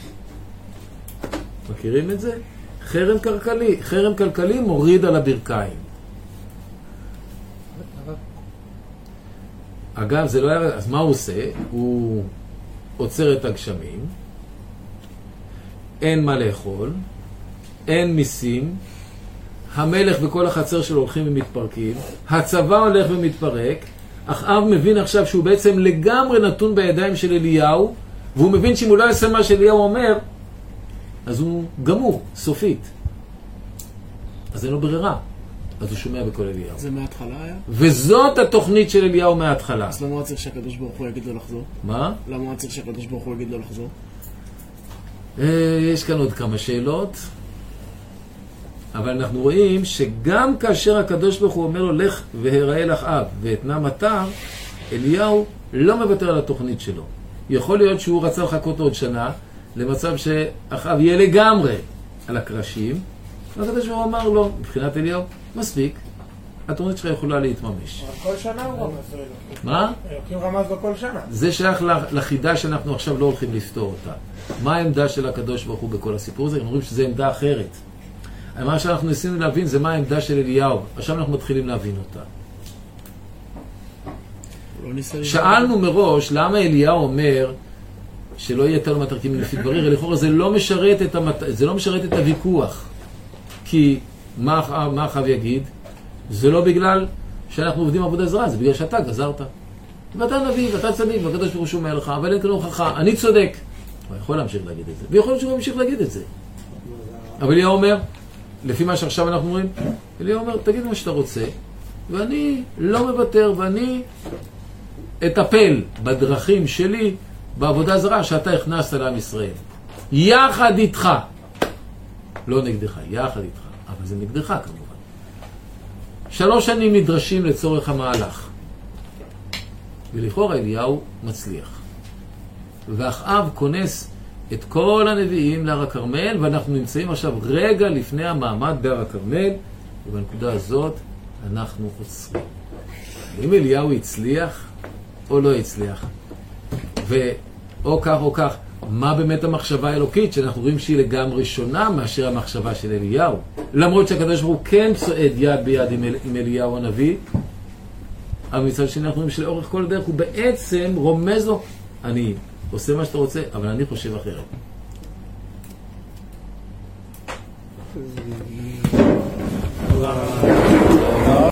מכירים את זה? חרם כלכלי. חרם כלכלי מוריד על הברכיים. אגב, זה לא היה... אז מה הוא עושה? הוא עוצר את הגשמים, אין מה לאכול, אין מיסים, המלך וכל החצר שלו הולכים ומתפרקים, הצבא הולך ומתפרק, אחאב מבין עכשיו שהוא בעצם לגמרי נתון בידיים של אליהו, והוא מבין שאם הוא לא יעשה מה שאליהו אומר, אז הוא גמור, סופית. אז אין לו ברירה. אז הוא שומע בכל אליהו. זה מההתחלה היה? וזאת התוכנית של אליהו מההתחלה. אז למה הוא צריך שהקדוש ברוך הוא יגיד לו לחזור? מה? למה הוא צריך שהקדוש ברוך הוא יגיד לו לחזור? יש כאן עוד כמה שאלות, אבל אנחנו רואים שגם כאשר הקדוש ברוך הוא אומר לו לך והיראה לאחאב ואתנה מטר, אליהו לא מוותר על התוכנית שלו. יכול להיות שהוא רצה לחכות עוד שנה למצב שאחאב יהיה לגמרי על הקרשים, והקדוש ברוך הוא אמר לו, מבחינת אליהו, מספיק, התוכנית שלך יכולה להתממש. אבל כל שנה הוא רמז לו אלוקים. מה? אלוקים רמז לו כל שנה. זה שייך לחידה שאנחנו עכשיו לא הולכים לפתור אותה. מה העמדה של הקדוש ברוך הוא בכל הסיפור הזה? אנחנו רואים שזו עמדה אחרת. מה שאנחנו ניסינו להבין זה מה העמדה של אליהו. עכשיו אנחנו מתחילים להבין אותה. שאלנו מראש למה אליהו אומר שלא יהיה תל מתרקים לפי דבריר, לכאורה זה לא משרת את הוויכוח. כי מה אחאב יגיד? זה לא בגלל שאנחנו עובדים עבודה זרה, זה בגלל שאתה גזרת. ואתה נביא, ואתה צדיק, והקדוש ברוך הוא שומע לך, אבל אין כאן הוכחה, אני צודק. הוא יכול להמשיך להגיד את זה, ויכול להיות שהוא ימשיך להגיד את זה. אבל אליהו אומר, לפי מה שעכשיו אנחנו אומרים, אליהו אומר, תגיד מה שאתה רוצה, ואני לא מוותר, ואני אטפל בדרכים שלי, בעבודה זרה שאתה הכנסת לעם ישראל. יחד איתך. לא נגדך, יחד איתך. אבל זה נגדך כמובן. 3 שנים נדרשים לצורך המהלך. ולכאורה אליהו מצליח. ואחאב כונס את כל הנביאים להר הכרמל, ואנחנו נמצאים עכשיו רגע לפני המעמד בהר הכרמל, ובנקודה הזאת אנחנו עוצרים. אם אליהו הצליח או לא הצליח, או כך או כך, מה באמת המחשבה האלוקית שאנחנו רואים שהיא לגמרי שונה מאשר המחשבה של אליהו, למרות שהקדוש ברוך הוא כן צועד יד ביד עם אליהו הנביא, אבל מצד שני אנחנו רואים שלאורך כל הדרך הוא בעצם רומז לו, אני עושה מה שאתה רוצה, אבל אני חושב אחרת. תודה רבה.